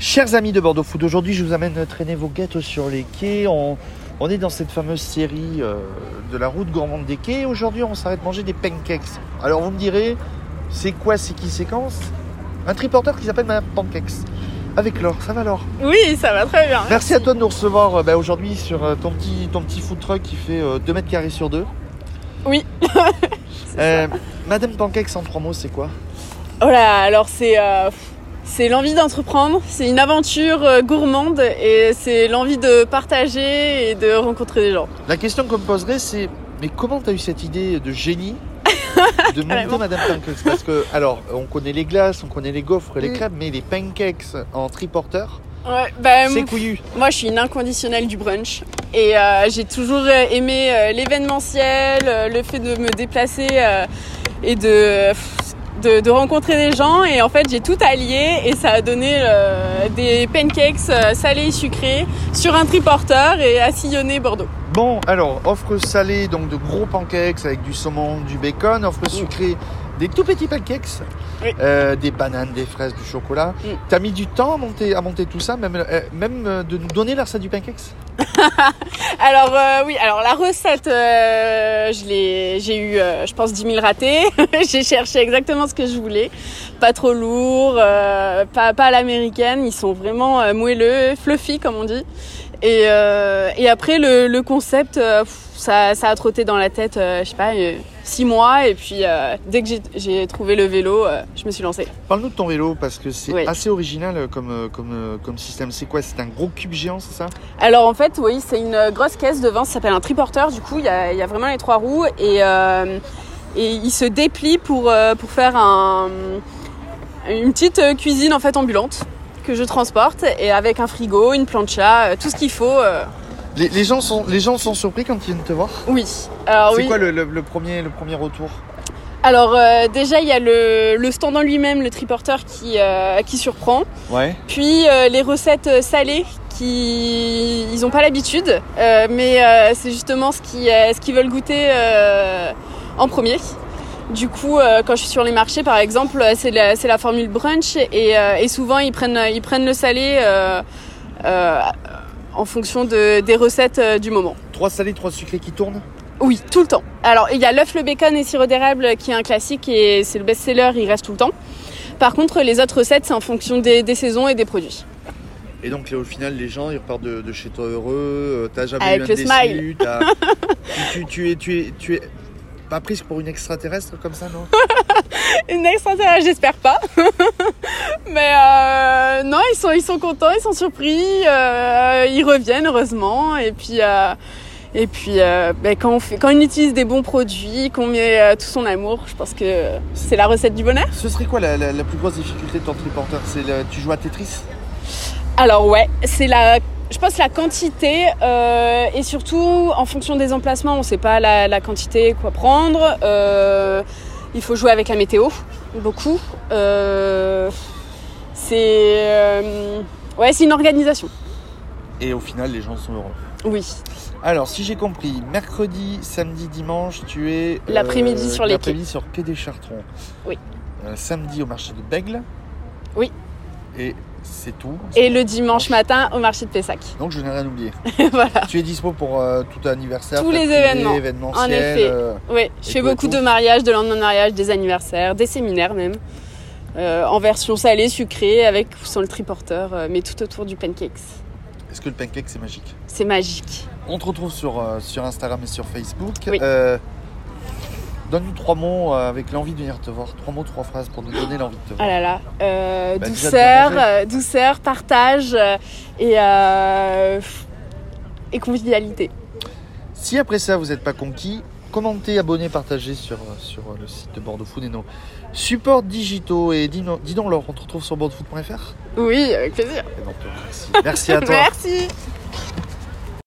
Chers amis de Bordeaux Food, aujourd'hui je vous amène traîner vos gâteaux sur les quais. On est dans cette fameuse série de la route gourmande des quais. Aujourd'hui on s'arrête manger des pancakes. Alors vous me direz, c'est quoi, c'est qui séquence? Un triporteur qui s'appelle Madame Pancakes. Avec Laure, ça va Laure? Oui, ça va très bien. Merci à toi de nous recevoir aujourd'hui sur ton petit food truck qui fait 2 mètres carrés sur 2. Oui. Madame Pancakes en 3 mots, c'est quoi? Oh là, alors c'est l'envie d'entreprendre, c'est une aventure gourmande et c'est l'envie de partager et de rencontrer des gens. La question qu'on me poserait c'est, mais comment tu as eu cette idée de génie de monter Madame Pancakes? Parce que, alors, on connaît les glaces, on connaît les gaufres et les crêpes, mais les pancakes en triporteur, c'est couillu. Moi, je suis une inconditionnelle du brunch et j'ai toujours aimé l'événementiel, le fait de me déplacer et de rencontrer des gens, et en fait j'ai tout allié et ça a donné des pancakes salés et sucrés sur un triporteur et à sillonner Bordeaux. Bon, alors offre salée, donc de gros pancakes avec du saumon, du bacon, offre sucrée, des tout petits pancakes, des bananes, des fraises, du chocolat. T'as mis du temps à monter tout ça, même de nous donner la recette du pancakes? Alors oui, alors la recette, j'ai eu, je pense, 10 000 ratés. J'ai cherché exactement ce que je voulais. Pas trop lourd, pas à l'américaine. Ils sont vraiment moelleux, fluffy comme on dit. Et après le concept, ça a trotté dans la tête, je sais pas, 6 mois. Et puis dès que j'ai trouvé le vélo, je me suis lancée. Parle-nous de ton vélo parce que c'est assez original comme système. C'est quoi? C'est un gros cube géant, c'est ça? Alors en fait, oui, c'est une grosse caisse devant. Ça s'appelle un triporteur. Du coup, il y a vraiment les 3 roues et il se déplie pour faire une petite cuisine en fait ambulante que je transporte, et avec un frigo, une plancha, tout ce qu'il faut. Les gens sont surpris quand ils viennent te voir? Oui. Alors, c'est quoi le premier retour? Alors déjà il y a le stand en lui-même, le triporteur qui surprend. Ouais. Puis les recettes salées ils n'ont pas l'habitude, mais c'est justement ce qu'ils veulent goûter en premier. Du coup, quand je suis sur les marchés, par exemple, c'est la formule brunch, et souvent ils prennent le salé en fonction des recettes du moment. 3 salés, 3 sucrés qui tournent? Oui, tout le temps. Alors, il y a l'œuf, le bacon et sirop d'érable qui est un classique et c'est le best-seller, il reste tout le temps. Par contre, les autres recettes, c'est en fonction des saisons et des produits. Et donc, au final, les gens, ils repartent de chez toi heureux, t'as jamais avec eu un le smile. Tu es pas prise pour une extraterrestre comme ça, non? Une extraterrestre, j'espère pas. Mais non, ils sont contents, ils sont surpris, ils reviennent heureusement. Et puis quand on utilise des bons produits, qu'on met tout son amour, je pense que c'est la recette du bonheur. Ce serait quoi la plus grosse difficulté de ton triporteur? Tu joues à Tetris? Alors ouais, je pense la quantité et surtout en fonction des emplacements, on ne sait pas la quantité, quoi prendre. Il faut jouer avec la météo, beaucoup. C'est une organisation. Et au final, les gens sont heureux. Oui. Alors, si j'ai compris, mercredi, samedi, dimanche, tu es l'après-midi sur les quais. L'après-midi sur Quai des Chartrons. Oui. Samedi au marché de Bègle. Oui. Et c'est tout. Et le dimanche matin au marché de Pessac. Donc je n'ai rien oublié. Voilà. Tu es dispo pour tout anniversaire, tous les événements. En effet. Oui, je fais beaucoup de mariages, de lendemain de mariage, des anniversaires, des séminaires même. En version salée, sucrée, avec ou sans le triporteur, mais tout autour du pancakes. Est-ce que le pancake c'est magique? C'est magique. On te retrouve sur Instagram et sur Facebook. Oui. Donne-nous 3 mots avec l'envie de venir te voir. 3 mots, 3 phrases pour nous donner l'envie de te voir. Ah là là. Douceur, partage et convivialité. Si après ça vous n'êtes pas conquis, commentez, abonnez, partagez sur le site de Bordeaux Food et nos supports digitaux. Et dis donc Laure, on te retrouve sur bordeauxfood.fr? Oui, avec plaisir. Merci à toi. Merci.